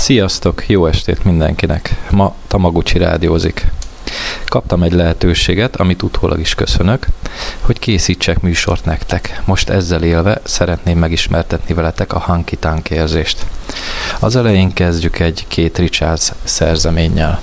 Sziasztok, jó estét mindenkinek! Ma Tamaguchi rádiózik. Kaptam egy lehetőséget, amit utólag is köszönök, hogy készítsek műsort nektek. Most ezzel élve szeretném megismertetni veletek a Honky Tonk érzést. Az elején kezdjük egy Keith Richards szerzeménnyel.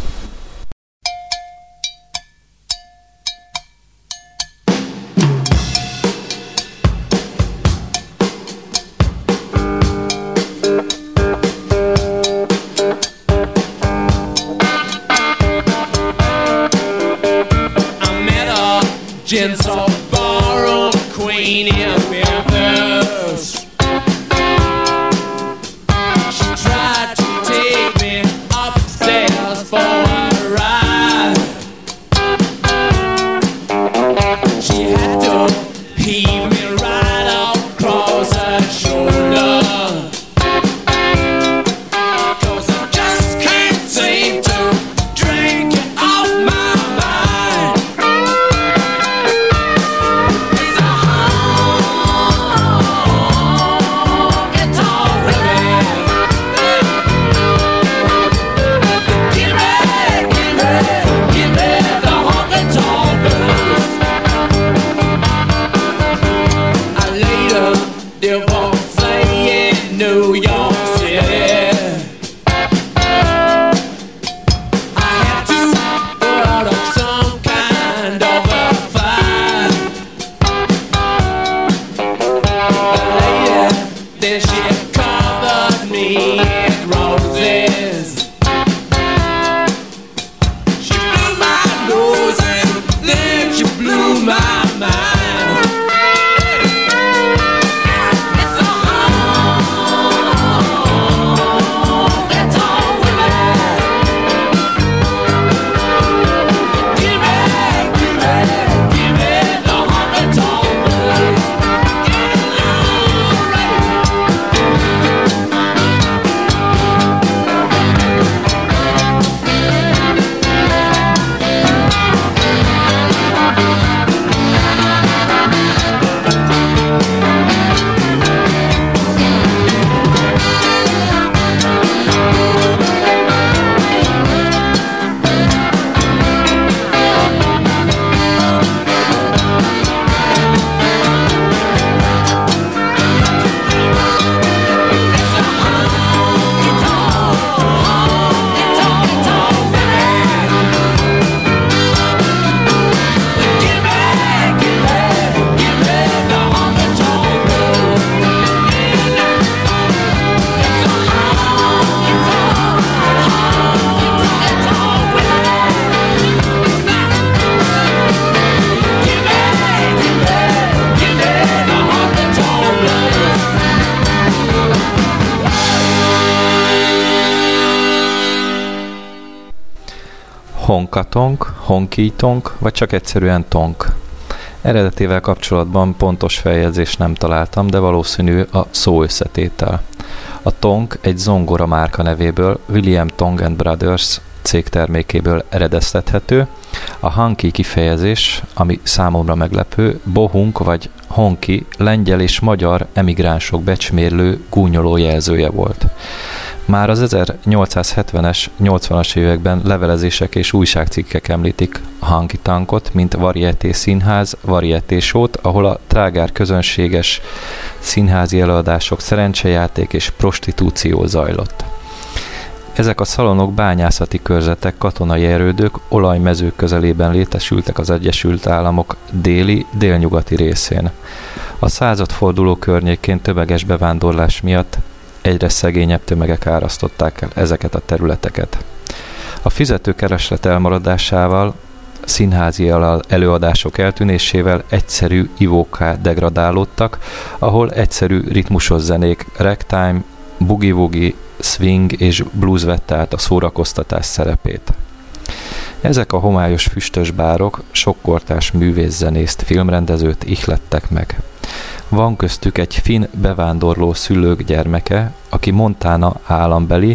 Gents all borrowed queen in Memphis. She tried to take me upstairs for a ride. She had to heave me right across her shoulder. 'Cause I just can't seem to drink it off my mind. New York City. I had to put out of some kind of a fight. The lady, then she covered me in roses. She blew my nose and then she blew my mind. Honkatonk, honky-tonk, vagy csak egyszerűen tonk. Eredetével kapcsolatban pontos feljegyzést nem találtam, de valószínű a szó összetétel. A tonk egy zongora márka nevéből, William Tong and Brothers cégtermékéből eredeztethető. A honky kifejezés, ami számomra meglepő, bohunk vagy honki lengyel és magyar emigránsok becsmérlő, gúnyoló jelzője volt. Már az 1870-es, 80-as években levelezések és újságcikkek említik a Honky Tonkot, mint varieté színház, varieté sót, ahol a trágár közönséges színházi előadások, szerencsejáték és prostitúció zajlott. Ezek a szalonok bányászati körzetek, katonai erődök, olajmezők közelében létesültek az Egyesült Államok délnyugati részén. A századforduló környékén tömeges bevándorlás miatt egyre szegényebb tömegek árasztották el ezeket a területeket. A fizetőkereslet elmaradásával, színházi előadások eltűnésével egyszerű ivókká degradálódtak, ahol egyszerű ritmusos zenék, ragtime, boogie-woogie, swing és blues vette át a szórakoztatás szerepét. Ezek a homályos füstös bárok sok kortárs művészzenészt, filmrendezőt ihlettek meg. Van köztük egy finn bevándorló szülők gyermeke, aki Montana állambeli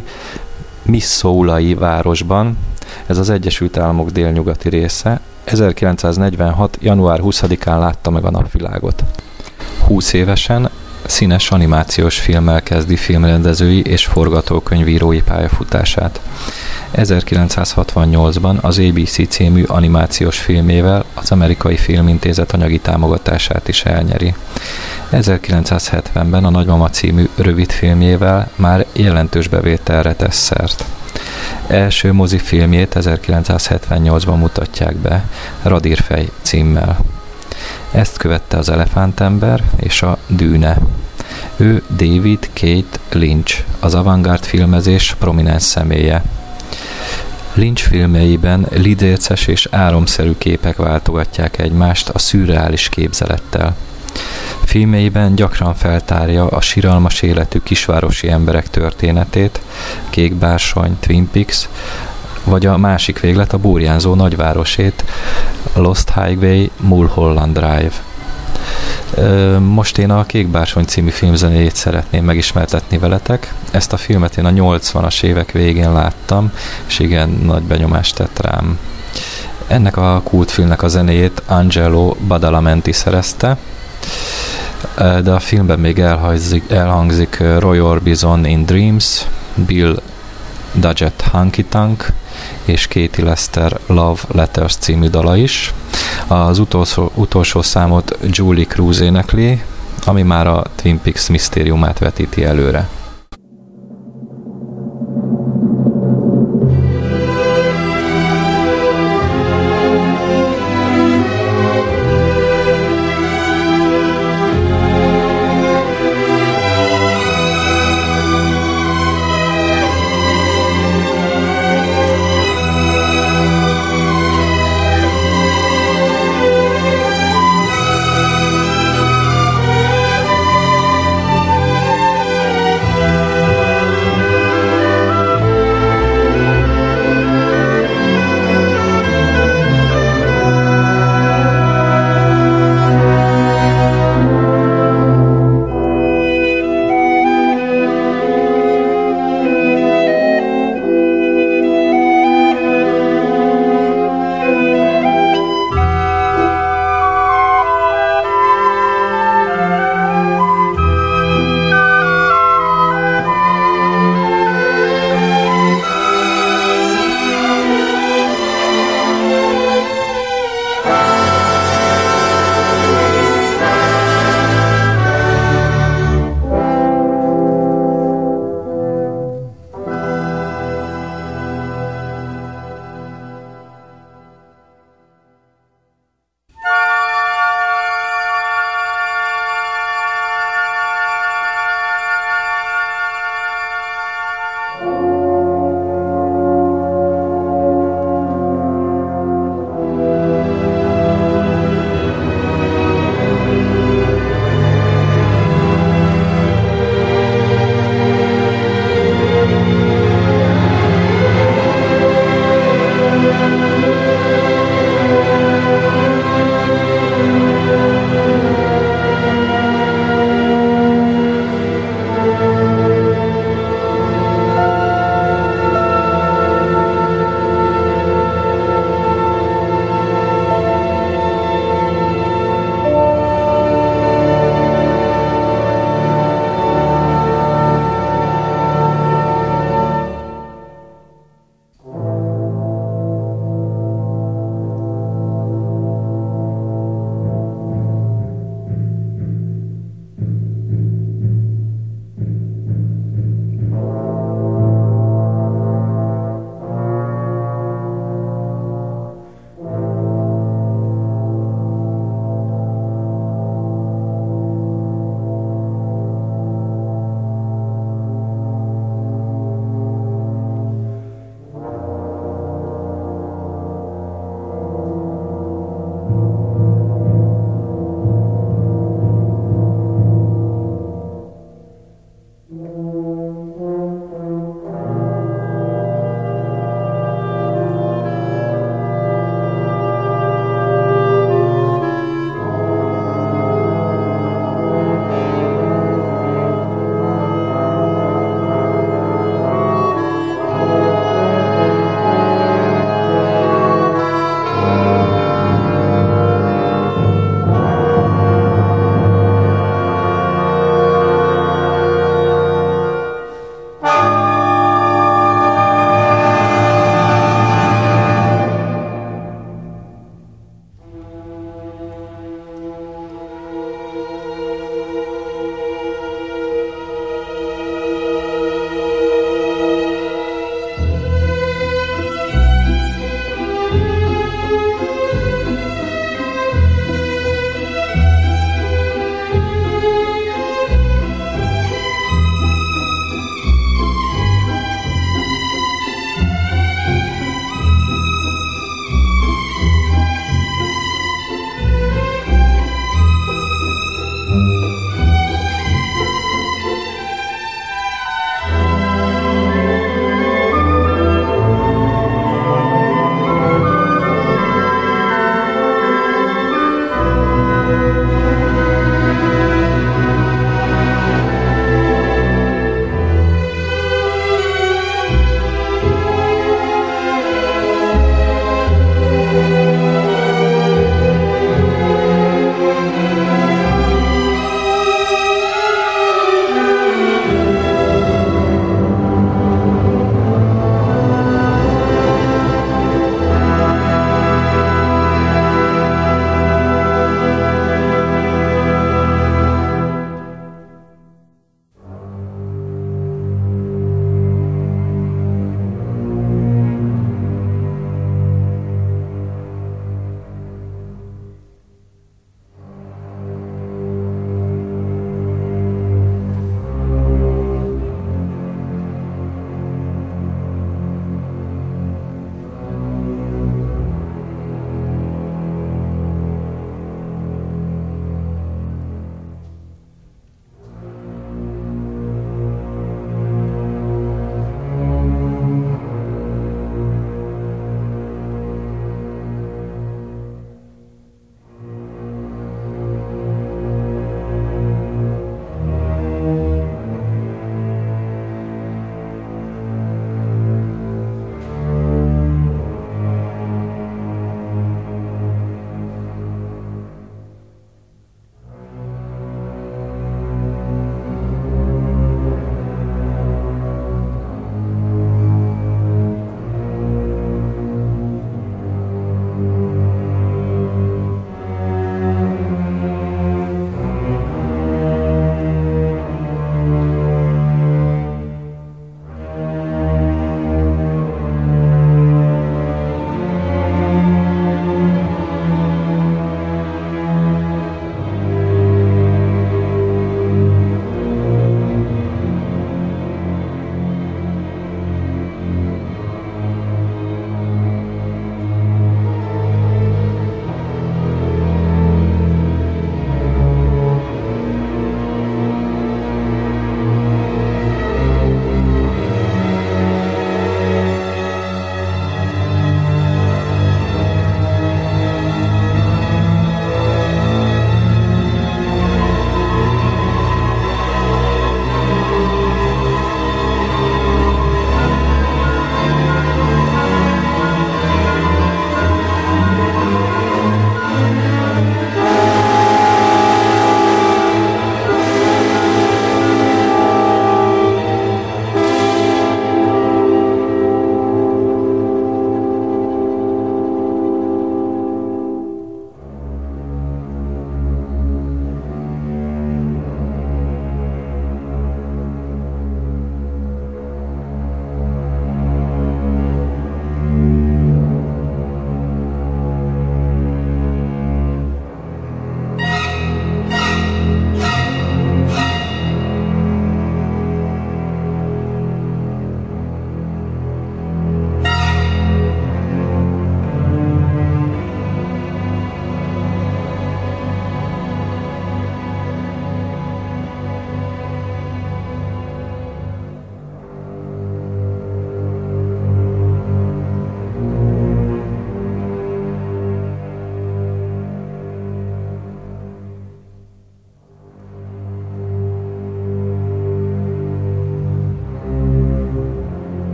Missoula-i városban, ez az Egyesült Államok délnyugati része, 1946. január 20-án látta meg a napvilágot. 20 évesen színes animációs filmmel kezdi filmrendezői és forgatókönyvírói pályafutását. 1968-ban az ABC című animációs filmével az Amerikai Filmintézet anyagi támogatását is elnyeri. 1970-ben a Nagymama című rövidfilmjével már jelentős bevételre tesz szert. Első mozifilmjét 1978-ban mutatják be, Radírfej címmel. Ezt követte az Elefántember és a Dűne. Ő David Kate Lynch, az avantgárd filmezés prominens személye. Lynch filmjeiben lidérces és álomszerű képek váltogatják egymást a szürreális képzelettel. Filmjeiben gyakran feltárja a siralmas életű kisvárosi emberek történetét, Kékbársony, Twin Peaks, vagy a másik véglet a burjánzó nagyvárosét, Lost Highway, Mulholland Drive. Most én a Kékbársony című filmzenéjét szeretném megismertetni veletek. Ezt a filmet én a 80-as évek végén láttam, és igen, nagy benyomást tett rám. Ennek a kultfilmnek a zenéjét Angelo Badalamenti szerezte, de a filmben még elhangzik Roy Orbison in Dreams, Bill Dudgett Honky Tonk és Katie Lester Love Letters című dala is. Az utolsó számot Julie Cruz énekli, ami már a Twin Peaks misztériumát vetíti előre.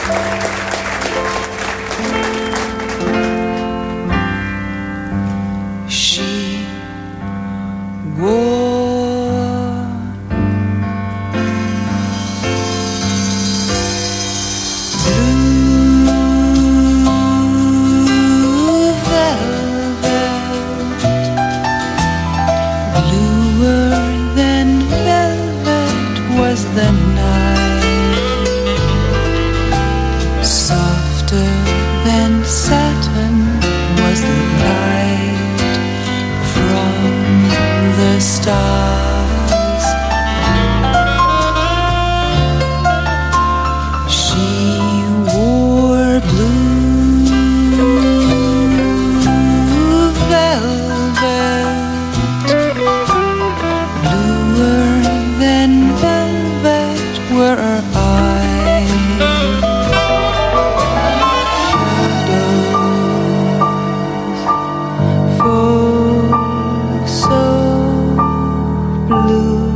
She wore blue velvet, bluer than velvet was the night, softer than satin was the light from the stars. She wore blue velvet, bluer than velvet were her eyes. Shadows fall so blue,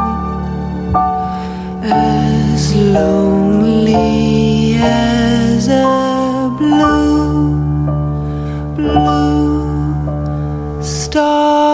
as lonely as a blue star.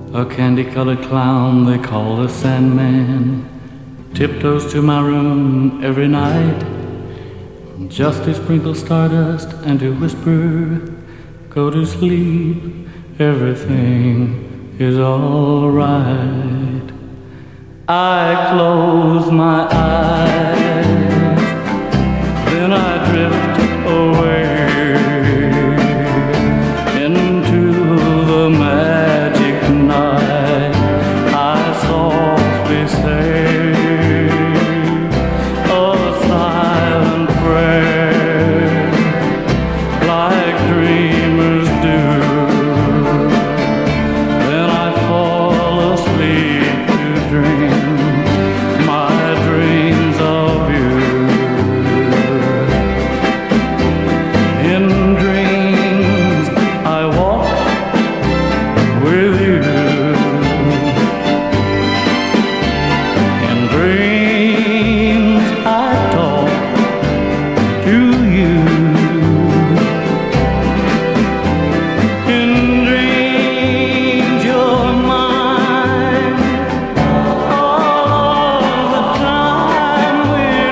A candy-colored clown they call the Sandman tiptoes to my room every night just to sprinkle stardust and to whisper, go to sleep, everything is all right. I close my eyes, then I drift away into the magic night. I softly say a silent prayer like dreamers do. Then I fall asleep to dream my dreams of you. In dreams I walk with you. In dreams I talk to you. In dreams you're mine all the time we're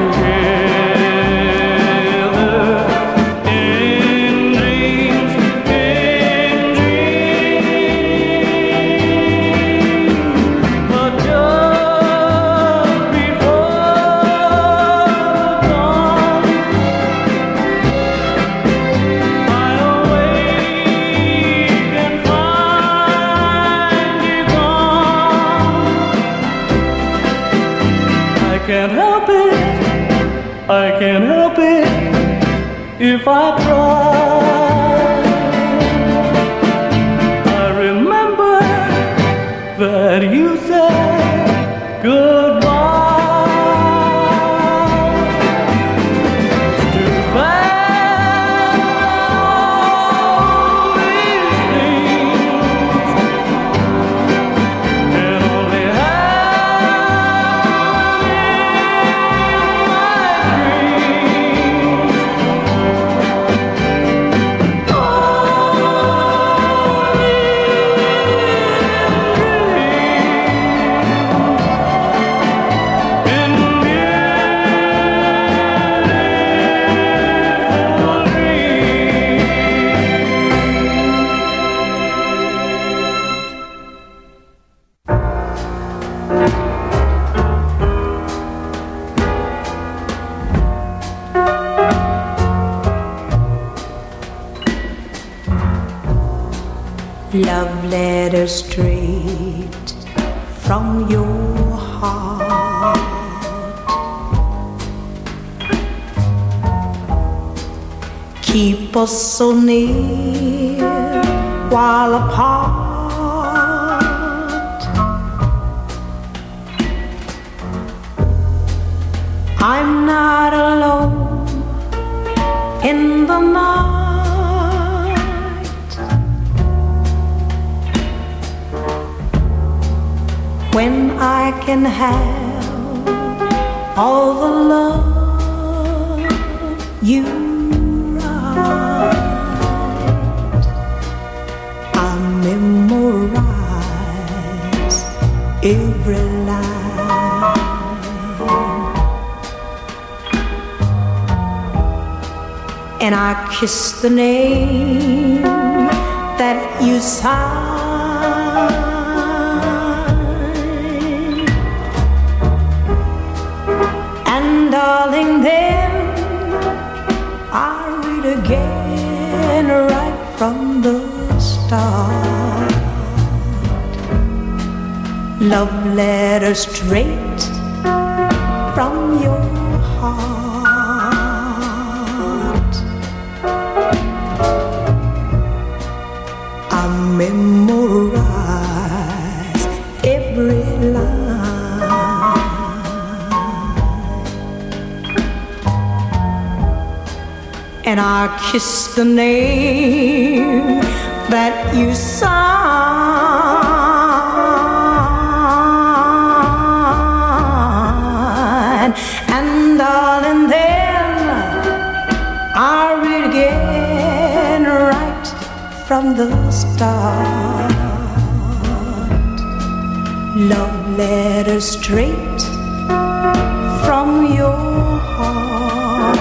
together. In dreams, but just before dawn, I awake and find you gone. I can't help it, I can't help it if I try. I remember that you said goodbye. It's too bad all these things can only happen in my dreams. Love letter straight from your heart. Keep us so near while apart. I'm not alone in the night. When I can have all the love you write, I memorize every line, and I kiss the name that you sign. Darling, then I read again right from the start. Love letter straight from your heart. I memorize every line, and I kiss the name that you sign. And darling, then I read again right from the start. love letter straight from your heart.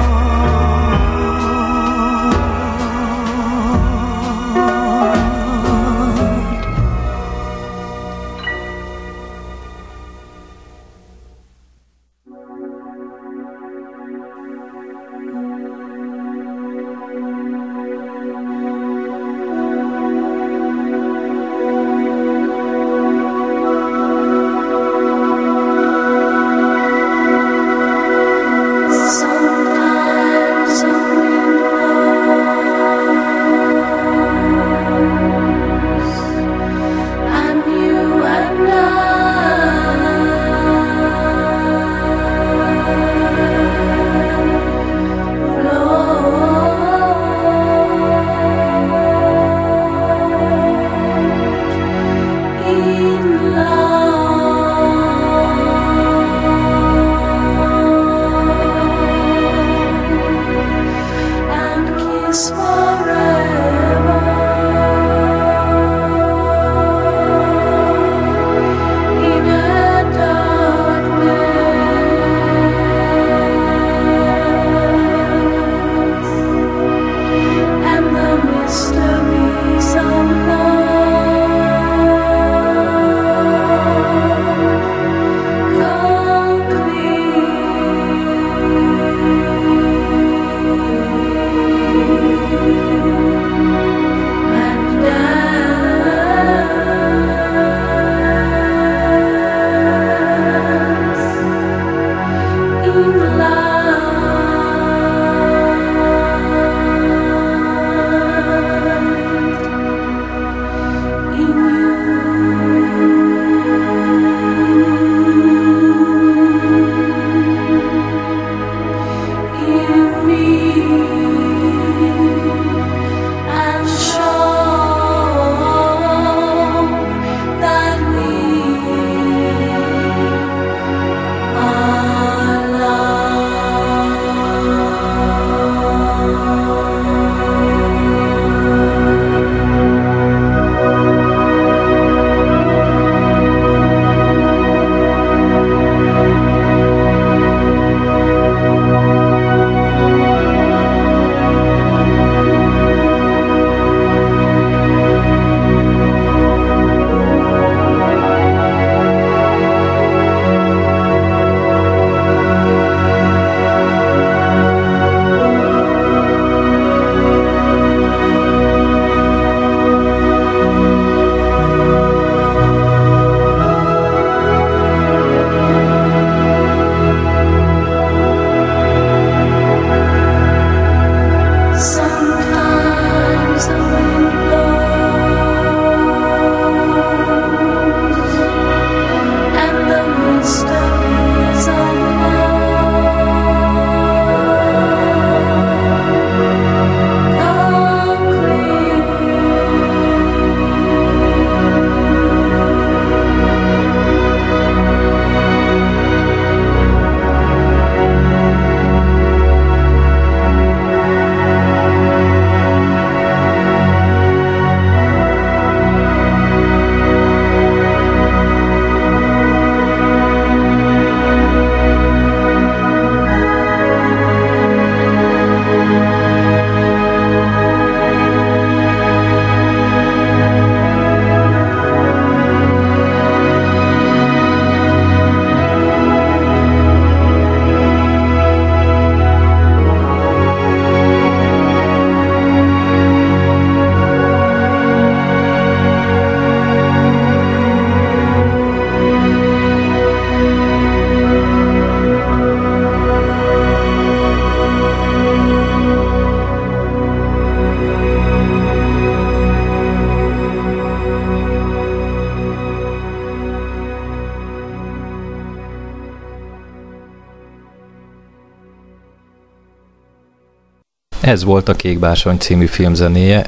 Ez volt a Kékbársony című filmzenéje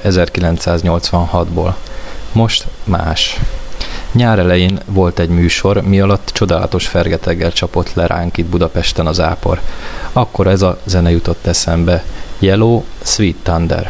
1986-ból. Most más. Nyár elején volt egy műsor, mi alatt csodálatos fergeteggel csapott le ránk itt Budapesten az ápor. Akkor ez a zene jutott eszembe. Yellow, Sweet Thunder.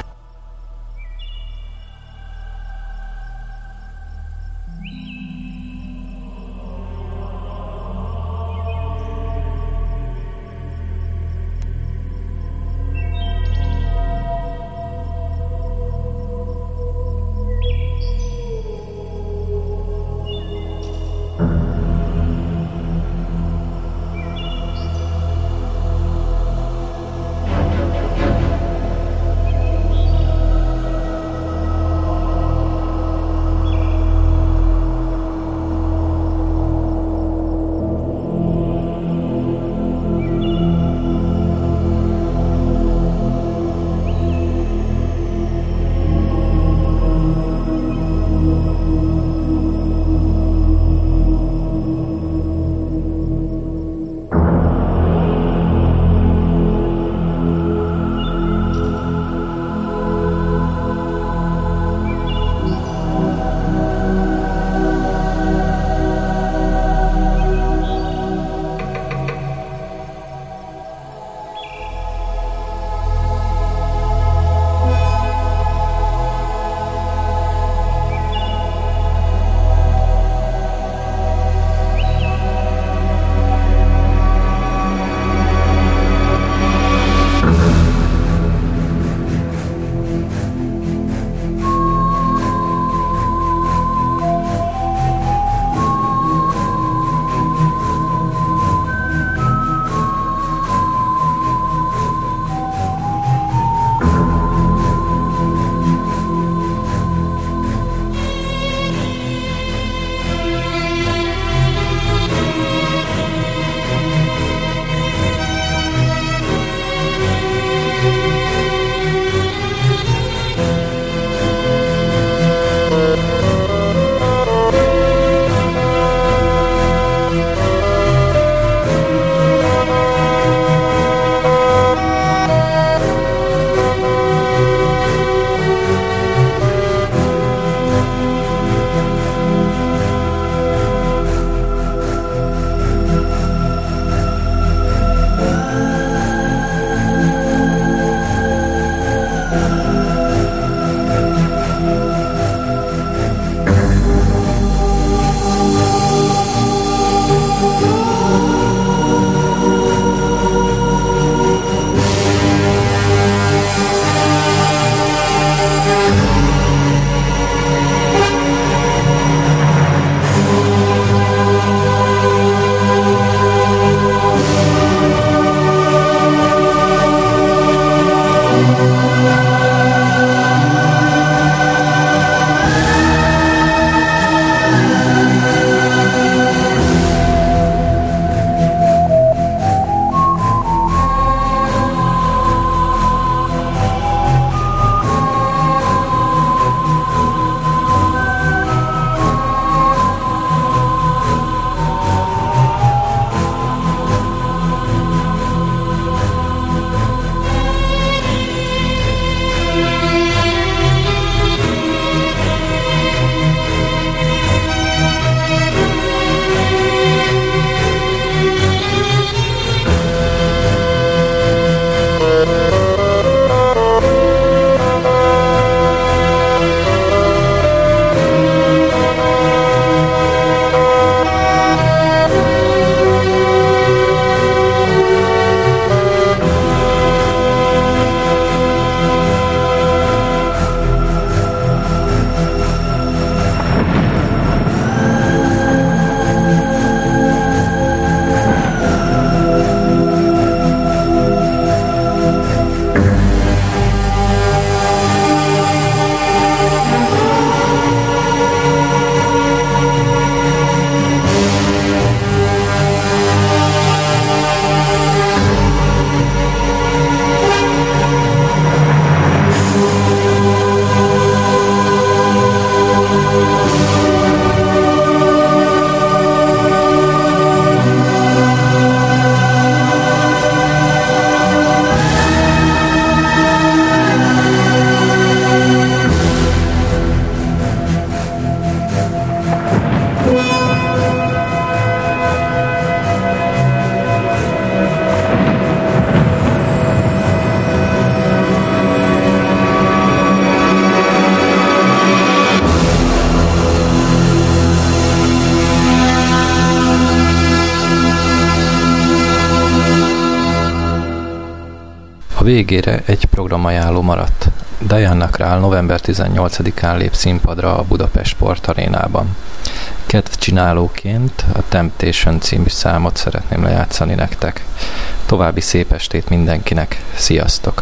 végére egy programajánló maradt. Diana Krall november 18-án lép színpadra a Budapest Sportarénában. Kedvcsinálóként a Temptation című számot szeretném lejátszani nektek. További szép estét mindenkinek. Sziasztok!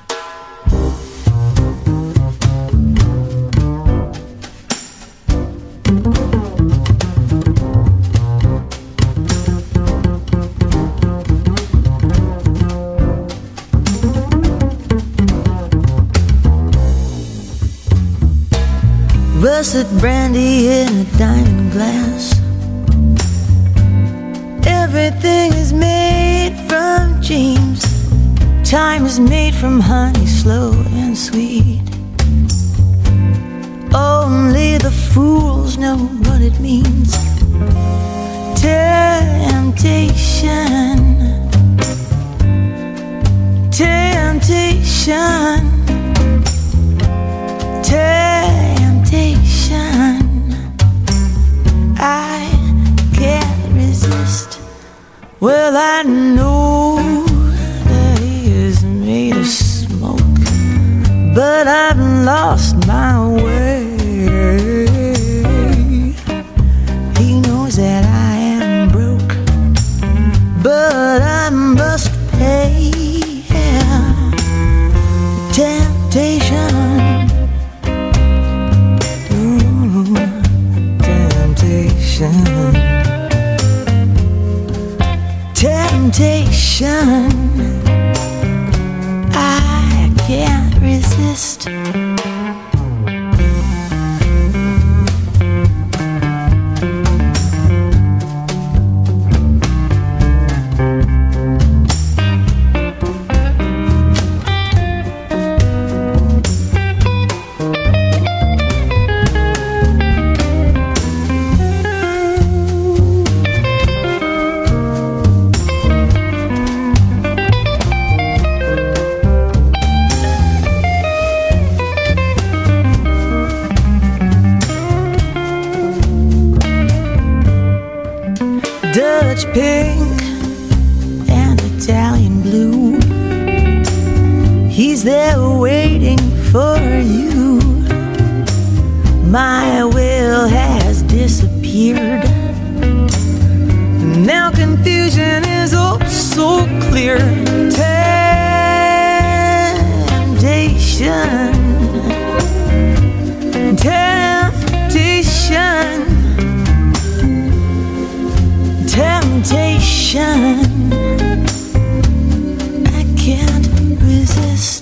Russet brandy in a diamond glass. Everything is made from dreams. Time is made from honey, slow and sweet. Only the fools know what it means. Temptation, temptation, temptation. I can't resist. Well, I know that he is made of smoke, but I've lost my way. He knows that I am broke, but I must pay. Temptation, ooh, temptation, temptation. I can't resist. Dutch pink and Italian blue. He's there waiting for you. My will has disappeared. Now confusion is oh so clear. Temptation, temptation, temptation. I can't resist.